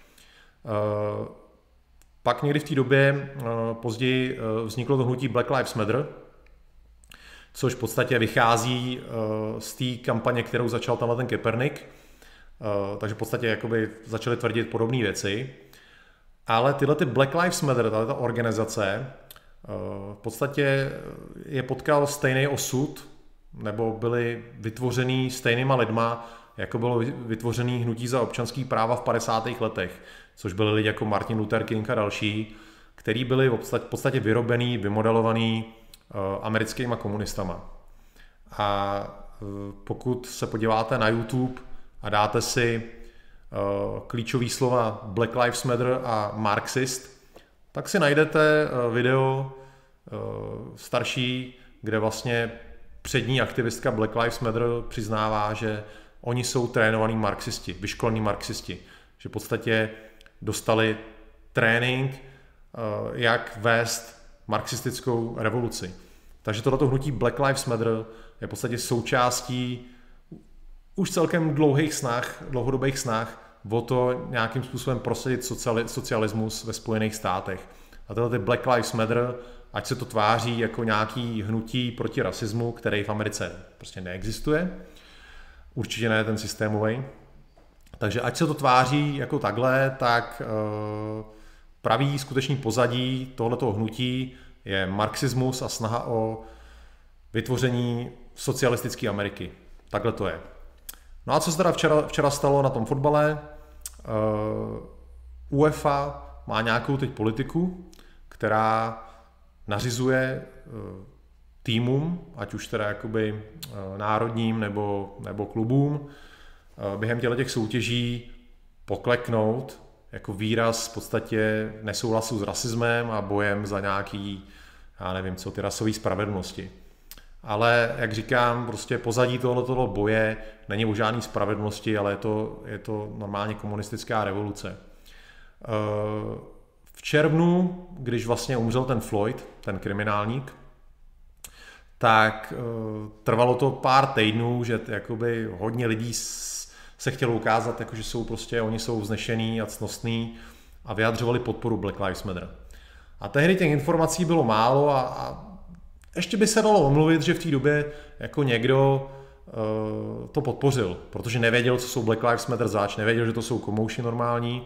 Pak někdy v té době později vzniklo to hnutí Black Lives Matter, což v podstatě vychází z té kampaně, kterou začal tenhle ten Kaepernick, takže v podstatě jakoby začali tvrdit podobné věci. Ale tyhle ty Black Lives Matter, tato organizace, v podstatě je potkal stejný osud, nebo byly vytvořený stejnýma lidma, jako bylo vytvořený hnutí za občanský práva v 50. letech, což byli lidi jako Martin Luther King a další, který byli v podstatě vyrobený, vymodelovaný americkýma komunistama. A pokud se podíváte na YouTube a dáte si klíčový slova Black Lives Matter a Marxist, tak si najdete video starší, kde vlastně přední aktivistka Black Lives Matter přiznává, že oni jsou trénovaní marxisti, vyškolení marxisti, že v podstatě dostali trénink, jak vést marxistickou revoluci. Takže tohleto hnutí Black Lives Matter je v podstatě součástí už celkem dlouhodobých snah o to nějakým způsobem prosadit socialismus ve Spojených státech. A tyhle Black Lives Matter, ať se to tváří jako nějaký hnutí proti rasismu, který v Americe prostě neexistuje, určitě ne ten systémový. Takže ať se to tváří jako takhle, tak pravý skutečný pozadí tohletoho hnutí je marxismus a snaha o vytvoření socialistické Ameriky. Takhle to je. No a co se teda včera stalo na tom fotbale? UEFA má nějakou teď politiku, která nařizuje týmům, ať už teda jakoby národním nebo klubům, během těch soutěží pokleknout jako výraz v podstatě nesouhlasu s rasismem a bojem za nějaký, já nevím co, ty rasové spravedlnosti. Ale jak říkám, prostě pozadí tohoto boje není o žádný spravedlnosti, ale je to normálně komunistická revoluce. V červnu, když vlastně umřel ten Floyd, ten kriminálník, tak trvalo to pár týdnů, že jakoby hodně lidí se chtělo ukázat, jako že jsou prostě, oni jsou vznešený a ctnostný a vyjadřovali podporu Black Lives Matter. A tehdy těch informací bylo málo a ještě by se dalo omluvit, že v té době jako někdo to podpořil, protože nevěděl, co jsou Black Lives Matter zač, nevěděl, že to jsou komouši normální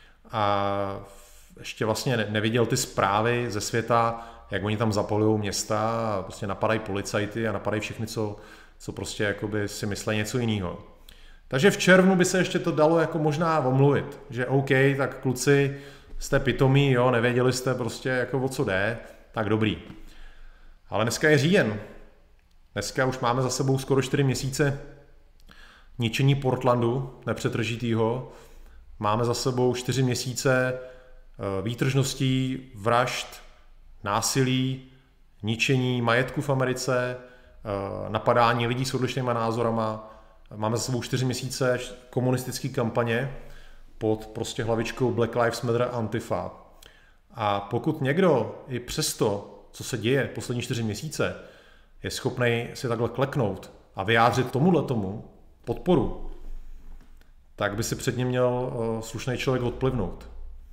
a ještě vlastně neviděl ty zprávy ze světa, jak oni tam zapalují města a prostě napadají policajty a napadají všechny, co prostě jakoby si myslí něco jiného. Takže v červnu by se ještě to dalo jako možná omluvit, že OK, tak kluci, jste pitomí, jo, nevěděli jste prostě jako o co jde, tak dobrý. Ale dneska je říjen. Dneska už máme za sebou skoro 4 měsíce ničení Portlandu, nepřetržitýho. Máme za sebou 4 měsíce výtržností, vražd, násilí, ničení majetku v Americe, napadání lidí s odlišnýma názorama. Máme za sebou 4 měsíce komunistické kampaně pod prostě hlavičkou Black Lives Matter Antifa. A pokud někdo i přesto, co se děje poslední 4 měsíce, je schopný si takhle kleknout a vyjádřit tomu podporu, tak by si před ním měl slušný člověk odplivnout.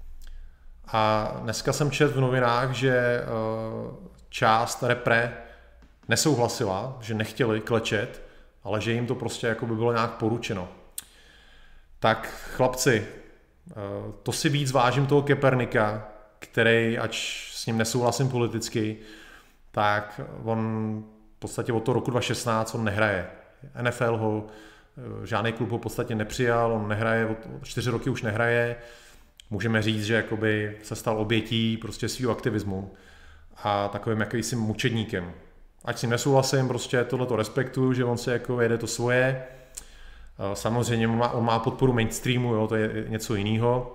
A dneska jsem četl v novinách, že část repre nesouhlasila, že nechtěli klečet, ale že jim to prostě jako by bylo nějak poručeno. Tak chlapci, to si víc vážím toho Kepernika, který, ač s ním nesouhlasím politicky, tak on v podstatě od toho roku 2016 on nehraje. NFL ho, žádný klub ho v podstatě nepřijal, on nehraje, 4 roky už nehraje. Můžeme říct, že jakoby se stal obětí prostě svýho aktivismu a takovým jakýmsi mučedníkem. Ať s ním nesouhlasím, prostě tohleto respektuju, že on si jako jede to svoje. Samozřejmě on má podporu mainstreamu, jo, to je něco jiného.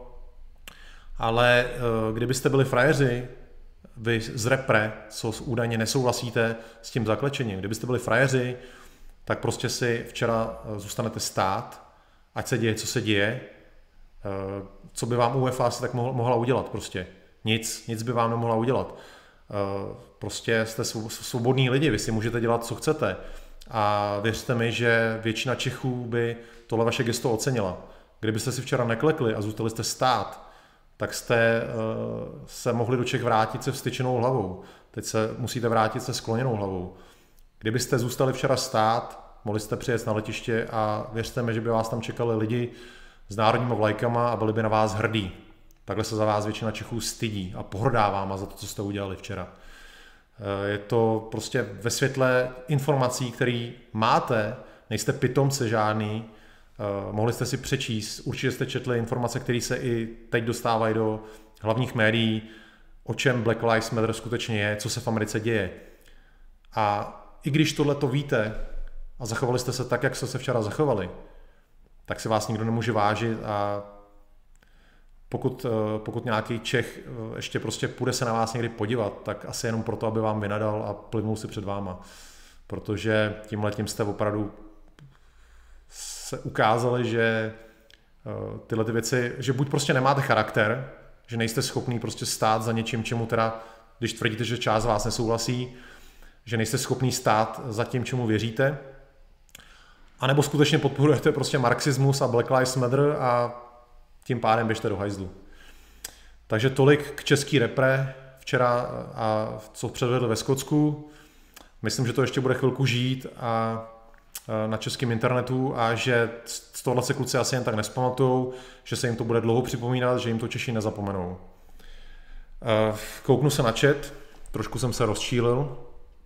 Ale kdybyste byli frajeři, vy z repre, co údajně nesouhlasíte s tím zaklečením, kdybyste byli frajeři, tak prostě si včera zůstanete stát, ať se děje, co se děje. Co by vám UEFA asi tak mohla udělat prostě? Nic by vám nemohla udělat. Prostě jste svobodní lidi, vy si můžete dělat, co chcete. A věřte mi, že většina Čechů by tohle vaše gesto ocenila. Kdybyste si včera neklekli a zůstali jste stát, tak jste se mohli do Čech vrátit se vstyčenou hlavou. Teď se musíte vrátit se skloněnou hlavou. Kdybyste zůstali včera stát, mohli jste přijet na letiště a věřte mi, že by vás tam čekali lidi s národníma vlajkama a byli by na vás hrdí. Takhle se za vás většina Čechů stydí a pohrdá vám za to, co jste udělali včera. Je to prostě ve světle informací, které máte, nejste pitomci žádný mohli jste si přečíst, určitě jste četli informace, které se i teď dostávají do hlavních médií, o čem Black Lives Matter skutečně je, co se v Americe děje. A i když tohle to víte a zachovali jste se tak, jak jste se včera zachovali, tak si vás nikdo nemůže vážit a pokud nějaký Čech ještě prostě půjde se na vás někdy podívat, tak asi jenom proto, aby vám vynadal a plivnul si před váma. Protože tímhletím jste opravdu se ukázali, že tyhle ty věci, že buď prostě nemáte charakter, že nejste schopný prostě stát za něčím, čemu teda, když tvrdíte, že část z vás nesouhlasí, že nejste schopný stát za tím, čemu věříte, anebo skutečně podporujete prostě marxismus a Black Lives Matter a tím pádem běžte do hajzlu. Takže tolik k český repre včera a co předvedl ve Skotsku. Myslím, že to ještě bude chvilku žít a na českém internetu a že z tohle se kluci asi jen tak nespamatujou, že se jim to bude dlouho připomínat, že jim to Češi nezapomenou. Kouknu se na chat, trošku jsem se rozčílil.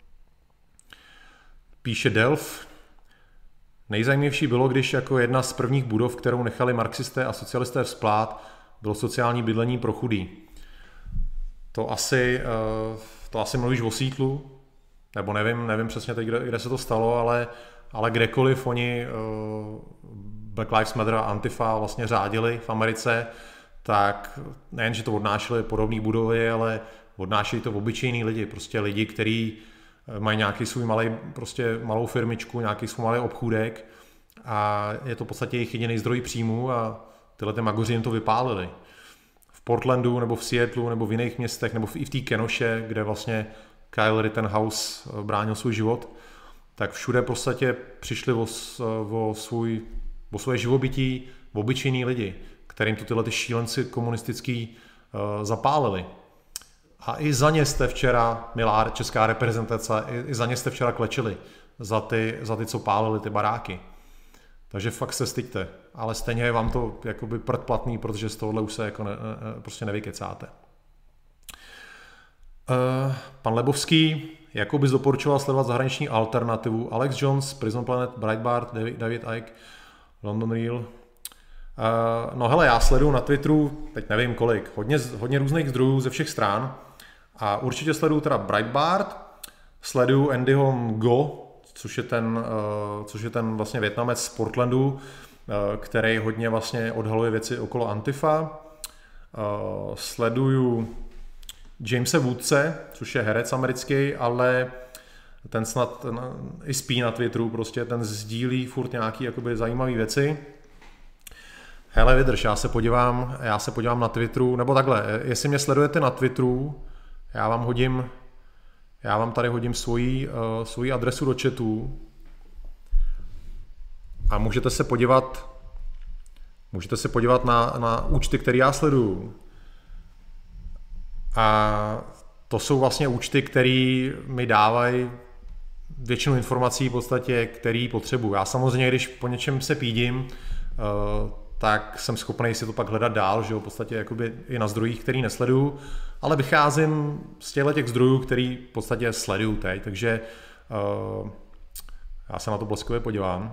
Píše Delf. Nejzajímavější bylo, když jako jedna z prvních budov, kterou nechali marxisté a socialisté vzplát, bylo sociální bydlení pro chudý. To asi mluvíš o Seattlu, nebo nevím přesně teď, kde se to stalo, ale kdekoliv oni Black Lives Matter a Antifa vlastně řádili v Americe, tak nejen, že to odnášeli podobné budovy, ale odnášejí to obyčejní lidi, prostě lidi, kteří mají nějaký svůj malou firmičku, nějaký svůj malý obchůdek a je to v podstatě jejich jediný zdroj příjmu a tyhle ty magoři jim to vypálili. V Portlandu nebo v Seattlu nebo v jiných městech nebo i v té Kenoše, kde vlastně Kyle Rittenhouse bránil svůj život, tak všude v podstatě přišli o svoje živobytí obyčejní lidi, kterým to tyhle ty šílenci komunistický zapálili. A i za ně jste včera, milá česká reprezentace, i za ně jste včera klečili, za ty, co pálili ty baráky. Takže fakt se styďte, ale stejně je vám to jakoby platný, protože z tohohle už se jako prostě nevykecáte. Pan Lebovský, jako bys doporučoval sledovat zahraniční alternativu Alex Jones, Prison Planet, Breitbart, David Icke, London Real. No hele, já sleduju na Twitteru, teď nevím kolik, hodně různých zdrojů ze všech stran a určitě sleduju teda Breitbart, sleduju Andyho Ngo, což je ten vlastně Vietnamec z Portlandu, který hodně vlastně odhaluje věci okolo Antifa. Sleduju Jamese Woodse, což je herec americký, ale ten snad i spí na Twitteru, prostě ten sdílí furt nějaký jakoby zajímavé věci. Hele, vydrž, já se podívám na Twitteru, nebo takhle, jestli mě sledujete na Twitteru, já vám tady hodím svoji adresu do chatu a můžete se podívat na účty, které já sleduju. A to jsou vlastně účty, které mi dávají většinu informací v podstatě, který potřebuji. Já samozřejmě, když po něčem se pídím, tak jsem schopný si to pak hledat dál, že jo, v podstatě jakoby i na zdrojích, který nesleduju, ale vycházím z těch zdrojů, který v podstatě sleduju teď, takže já se na to bleskově podívám,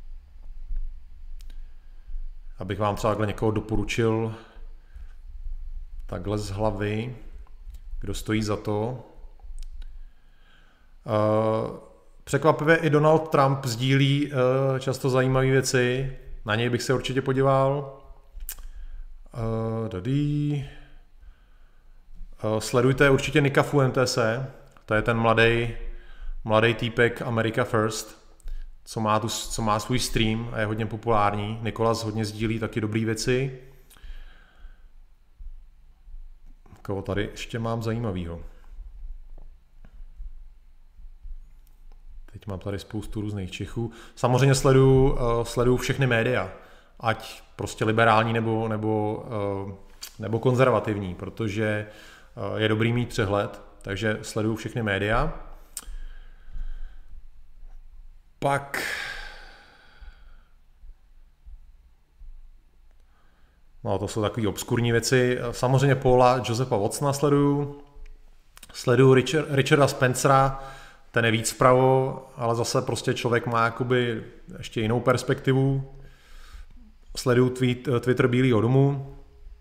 abych vám třeba někoho doporučil takhle z hlavy, kdo stojí za to. Překvapivě i Donald Trump sdílí často zajímavé věci, na něj bych se určitě podíval. Sledujte určitě Nika Fuentese, to je ten mladý týpek America First, co má svůj stream a je hodně populární. Nikolas hodně sdílí taky dobré věci. Koho tady ještě mám zajímavýho? Teď mám tady spoustu různých Čechů. Samozřejmě sleduju všechny média, ať prostě liberální nebo konzervativní, protože je dobrý mít přehled, takže sleduju všechny média. Pak no, to jsou takové obskurní věci. Samozřejmě Paula Josefa Watsona sleduju Richarda Spencera, ten je víc vpravo, ale zase prostě člověk má jakoby ještě jinou perspektivu. sleduju Twitter Bílého domu.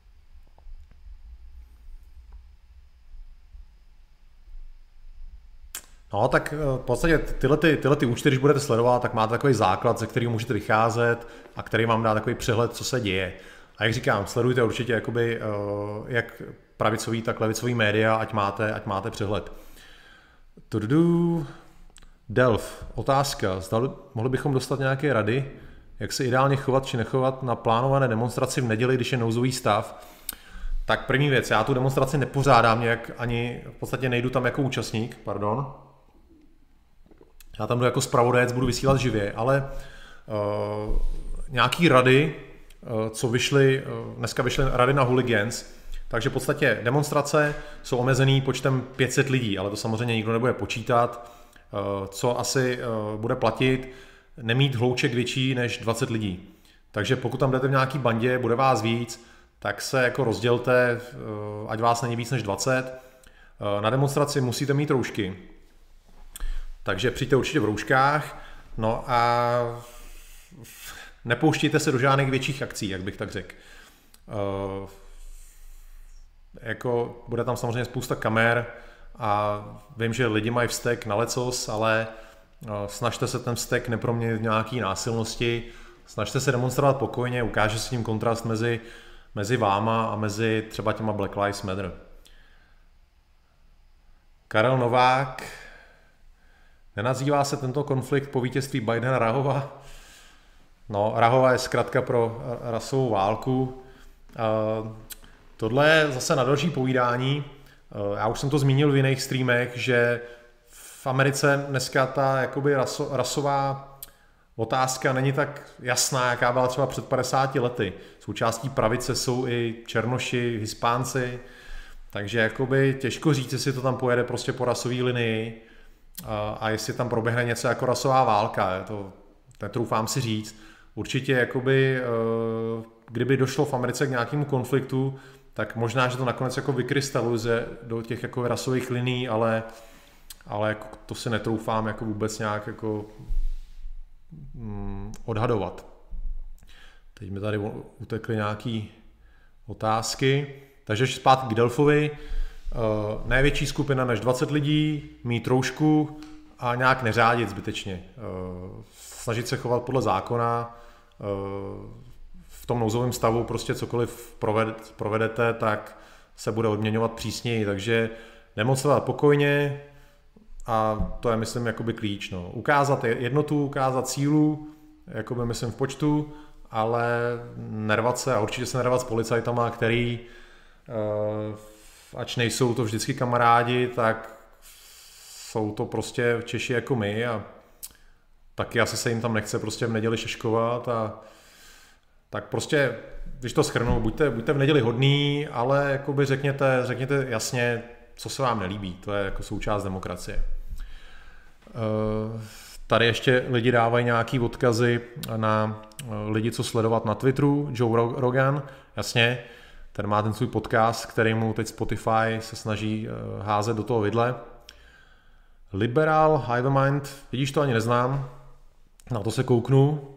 No, tak v podstatě tyhle ty účty, když budete sledovat, tak máte takový základ, ze kterého můžete vycházet a který vám dá takový přehled, co se děje. A jak říkám, sledujte určitě jakoby, jak pravicový, tak levicový média, ať máte přehled. Delf, otázka, mohli bychom dostat nějaké rady, jak se ideálně chovat či nechovat na plánované demonstraci v neděli, když je nouzový stav. Tak první věc, já tu demonstraci nepořádám nějak, ani v podstatě nejdu tam jako účastník, pardon. Já tam jdu jako zpravodajec, budu vysílat živě, ale nějaký rady, co vyšly, dneska vyšly rady na Hooligans, takže v podstatě demonstrace jsou omezený počtem 500 lidí, ale to samozřejmě nikdo nebude počítat. Co asi bude platit, nemít hlouček větší než 20 lidí. Takže pokud tam jdete v nějaký bandě, bude vás víc, tak se jako rozdělte, ať vás není víc než 20. Na demonstraci musíte mít roušky. Takže přijďte určitě v rouškách, no a nepouštějte se do žádných větších akcí, jak bych tak řekl. Jako bude tam samozřejmě spousta kamer a vím, že lidi mají vztek na lecos, ale snažte se ten vztek neproměnit v nějaký násilnosti, snažte se demonstrovat pokojně, ukáže se tím kontrast mezi váma a mezi třeba těma Black Lives Matter. Karel Novák, nenazývá se tento konflikt po vítězství Bidena Rahova? No, Rahova je zkratka pro rasovou válku. Tohle je zase na další povídání. Já už jsem to zmínil v jiných streamech, že v Americe dneska ta jakoby rasová otázka není tak jasná, jaká byla třeba před 50 lety. Součástí pravice jsou i černoši, Hispánci, takže jakoby těžko říct, jestli to tam pojede prostě po rasové linii a jestli tam proběhne něco jako rasová válka. To netroufám si říct. Určitě jakoby, kdyby došlo v Americe k nějakému konfliktu, tak možná, že to nakonec jako vykrystalizuje do těch jako rasových linií, ale jako to si netroufám jako vůbec nějak jako odhadovat. Teď mi tady utekly nějaké otázky. Takže ještě zpátky k Delfovi. Největší skupina než 20 lidí, mít roušku a nějak neřádit zbytečně. Snažit se chovat podle zákona. V tom nouzovém stavu prostě cokoliv provedete, tak se bude odměňovat přísněji. Takže demonstrovat pokojně a to je, myslím, jakoby klíč. No. Ukázat jednotu, ukázat sílu, jakoby myslím v počtu, ale nervat se a určitě se nervat s policajtama, který ač nejsou to vždycky kamarádi, tak jsou to prostě Češi jako my a taky asi se jim tam nechce prostě v neděli šeškovat a tak prostě, když to shrnu, buďte v neděli hodný, ale jakoby řekněte jasně, co se vám nelíbí, to je jako součást demokracie. Tady ještě lidi dávají nějaký odkazy na lidi, co sledovat na Twitteru, Joe Rogan, jasně, ten má ten svůj podcast, který mu teď Spotify se snaží házet do toho vidle. Liberal, Hivermind, vidíš, to ani neznám, na to se kouknu.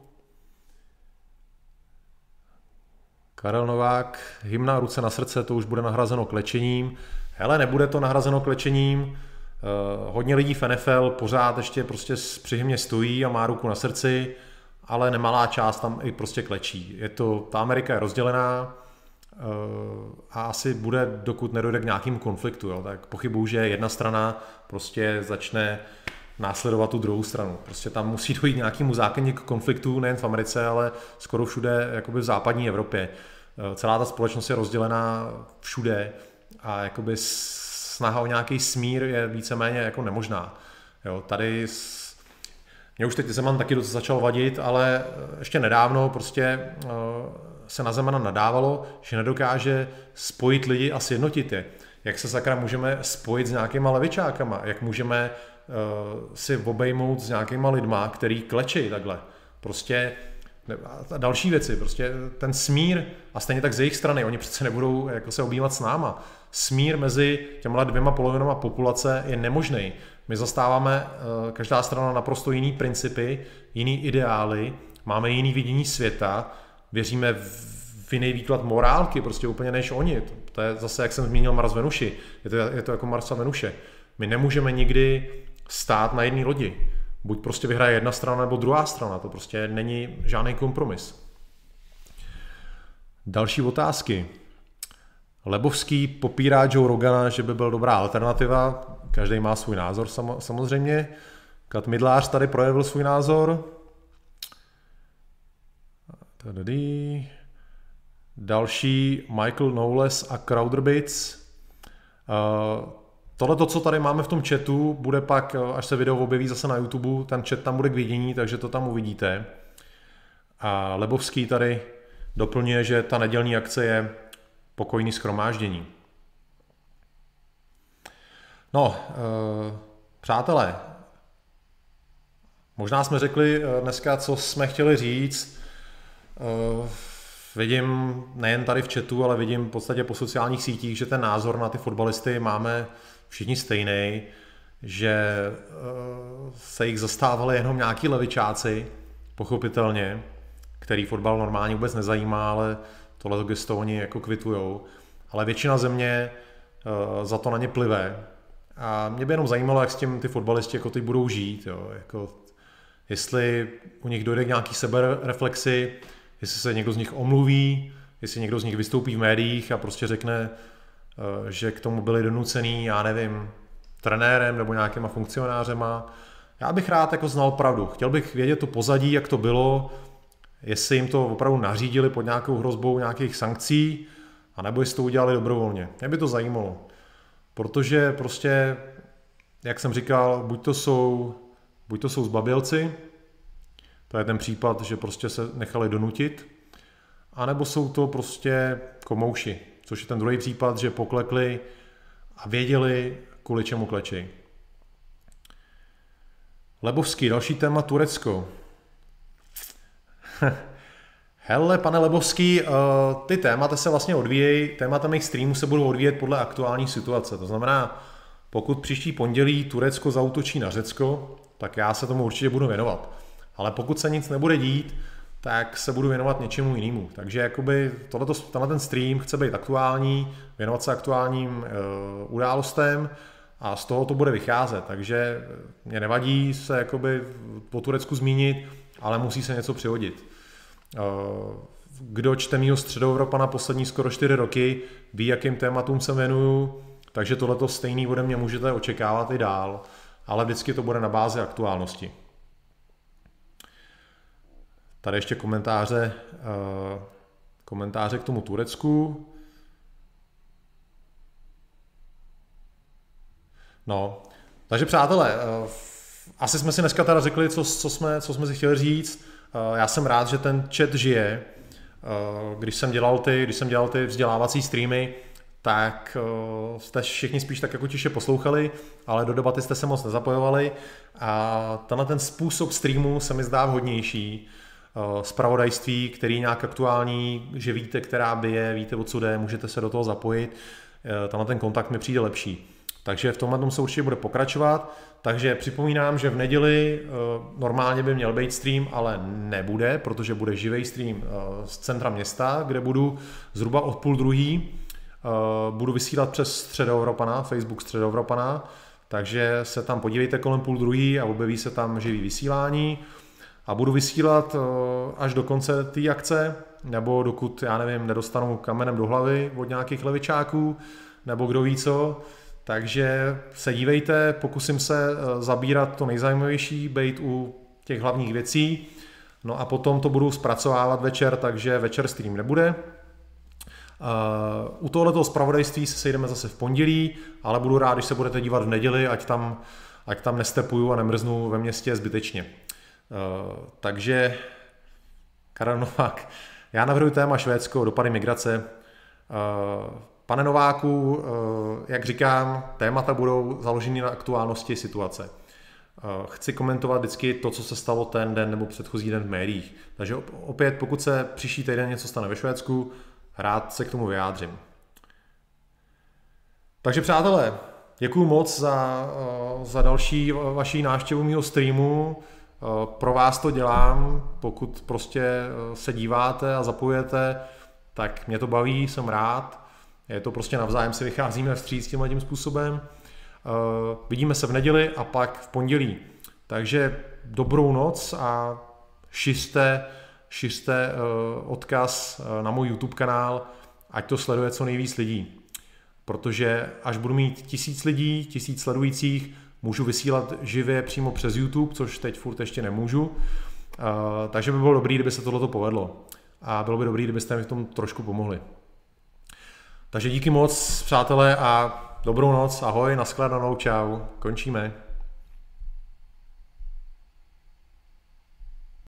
Karel Novák, hymna Ruce na srdce, to už bude nahrazeno klečením. Hele, nebude to nahrazeno klečením. Hodně lidí v NFL pořád ještě prostě při hymně stojí a má ruku na srdci, ale nemalá část tam i prostě klečí. Ta Amerika je rozdělená a asi bude, dokud nedojde k nějakému konfliktu. Jo. Tak pochybuju, že jedna strana prostě začne následovat tu druhou stranu. Prostě tam musí dojít nějakému zákonník konfliktu, nejen v Americe, ale skoro všude jakoby v západní Evropě. Celá ta společnost je rozdělená všude a jakoby snaha o nějaký smír je víceméně jako nemožná. Jo, tady mě už teď Zeman taky docela začal vadit, ale ještě nedávno prostě se na Zemana nadávalo, že nedokáže spojit lidi a sjednotit je. Jak se sakra můžeme spojit s nějakýma levičákama? Jak můžeme si obejmout s nějakýma lidma, který klečejí takhle? Prostě a další věci, prostě ten smír a stejně tak z jejich strany, oni přece nebudou jako se objímat s náma. Smír mezi těmhle dvěma polovinama populace je nemožný. My zastáváme každá strana naprosto jiný principy, jiný ideály, máme jiný vidění světa věříme v jiný výklad morálky, prostě úplně než oni. To je zase, jak jsem zmínil Mars Venuši, je to jako Mars a Venuše. My nemůžeme nikdy stát na jedné lodi. Buď prostě vyhraje jedna strana, nebo druhá strana. To prostě není žádný kompromis. Další otázky. Lebovský popírá Joe Rogana, že by byl dobrá alternativa. Každý má svůj názor samozřejmě. Kat Midlář tady projevil svůj názor. Tady. Další Michael Knowles a Crowderbits. Tohle, co tady máme v tom chatu, bude pak, až se video objeví zase na YouTube, ten chat tam bude k vidění, takže to tam uvidíte. A Lebovský tady doplňuje, že ta nedělní akce je pokojný shromáždění. No, přátelé, možná jsme řekli dneska, co jsme chtěli říct. Vidím nejen tady v chatu, ale vidím v podstatě po sociálních sítích, že ten názor na ty fotbalisty máme všichni stejný, že se jich zastávali jenom nějaký levičáci, pochopitelně, který fotbal normálně vůbec nezajímá, ale tohle gesto oni jako kvitujou. Ale většina země za to na ně plive. A mě by jenom zajímalo, jak s tím ty fotbalisti jako teď budou žít. Jo? Jako, jestli u nich dojde k nějaký sebereflexi, jestli se někdo z nich omluví, jestli někdo z nich vystoupí v médiích a prostě řekne, že k tomu byli donucený, já nevím, trenérem nebo nějakýma funkcionářema. Já bych rád jako znal pravdu. Chtěl bych vědět to pozadí, jak to bylo, jestli jim to opravdu nařídili pod nějakou hrozbou nějakých sankcí, anebo jestli to udělali dobrovolně. Mě by to zajímalo. Protože prostě, jak jsem říkal, buď to jsou zbabělci, to je ten případ, že prostě se nechali donutit, anebo jsou to prostě komouši, což je ten druhý případ, že poklekli a věděli, kvůli čemu klečej. Lebovský, další téma Turecko. Hele, pane Lebovský, ty témata se vlastně odvíjejí, témata mých streamů se budou odvíjet podle aktuální situace. To znamená, pokud příští pondělí Turecko zaútočí na Řecko, tak já se tomu určitě budu věnovat. Ale pokud se nic nebude dít, tak se budu věnovat něčemu jinému. Takže jakoby tenhle ten stream chce být aktuální, věnovat se aktuálním událostem a z toho to bude vycházet. Takže mě nevadí se jakoby po Turecku zmínit, ale musí se něco přihodit. Kdo čte mýho Středoevropana poslední skoro 4 roky, ví, jakým tématům se věnuju, takže tohleto stejný ode mě můžete očekávat i dál, ale vždycky to bude na bázi aktuálnosti. Tady ještě komentáře k tomu Turecku. No, takže přátelé, asi jsme si dneska teda řekli, co jsme si chtěli říct. Já jsem rád, že ten chat žije. Když jsem dělal ty vzdělávací streamy, tak jste všichni spíš tak jako tiše poslouchali, ale do debaty jste se moc nezapojovali a tenhle ten způsob streamu se mi zdá vhodnější. Zpravodajství, který nějak aktuální, že víte, která bije, víte, o co jde, můžete se do toho zapojit. Tenhle ten kontakt mi přijde lepší. Takže v tomhle se určitě bude pokračovat. Takže připomínám, že v neděli normálně by měl být stream, ale nebude, protože bude živý stream z centra města, kde budu zhruba od 12:30. Budu vysílat přes Středoevropana, Facebook Středoevropana, takže se tam podívejte kolem 12:30 a objeví se tam živý vysílání. A budu vysílat až do konce té akce, nebo dokud, já nevím, nedostanu kamenem do hlavy od nějakých levičáků, nebo kdo ví co. Takže se dívejte, pokusím se zabírat to nejzajímavější, být u těch hlavních věcí. No a potom to budu zpracovávat večer, takže večer stream nebude. U tohoto zpravodajství se sejdeme zase v pondělí, ale budu rád, když se budete dívat v neděli, ať tam nestepuju a nemrznu ve městě zbytečně. Takže Karel Novák, já navrhuji téma Švédsko, dopady migrace. Pane Nováku, jak říkám, témata budou založeny na aktuálnosti situace. Chci komentovat vždycky to, co se stalo ten den nebo předchozí den v médiích. Takže opět, pokud se příští týden něco stane ve Švédsku, rád se k tomu vyjádřím. Takže přátelé, děkuju moc za další vaši návštěvu mého streamu. Pro vás to dělám, pokud prostě se díváte a zapojujete, tak mě to baví, jsem rád. Je to prostě navzájem, si vycházíme vstříc tímhle způsobem. Vidíme se v neděli a pak v pondělí. Takže dobrou noc a šiřte odkaz na můj YouTube kanál, ať to sleduje co nejvíc lidí. Protože až budu mít 1000 lidí, 1000 sledujících, můžu vysílat živě přímo přes YouTube, což teď furt ještě nemůžu. Takže by bylo dobré, kdyby se tohleto povedlo. A bylo by dobré, kdybyste mi v tom trošku pomohli. Takže díky moc, přátelé, a dobrou noc, ahoj, nashledanou, čau, končíme.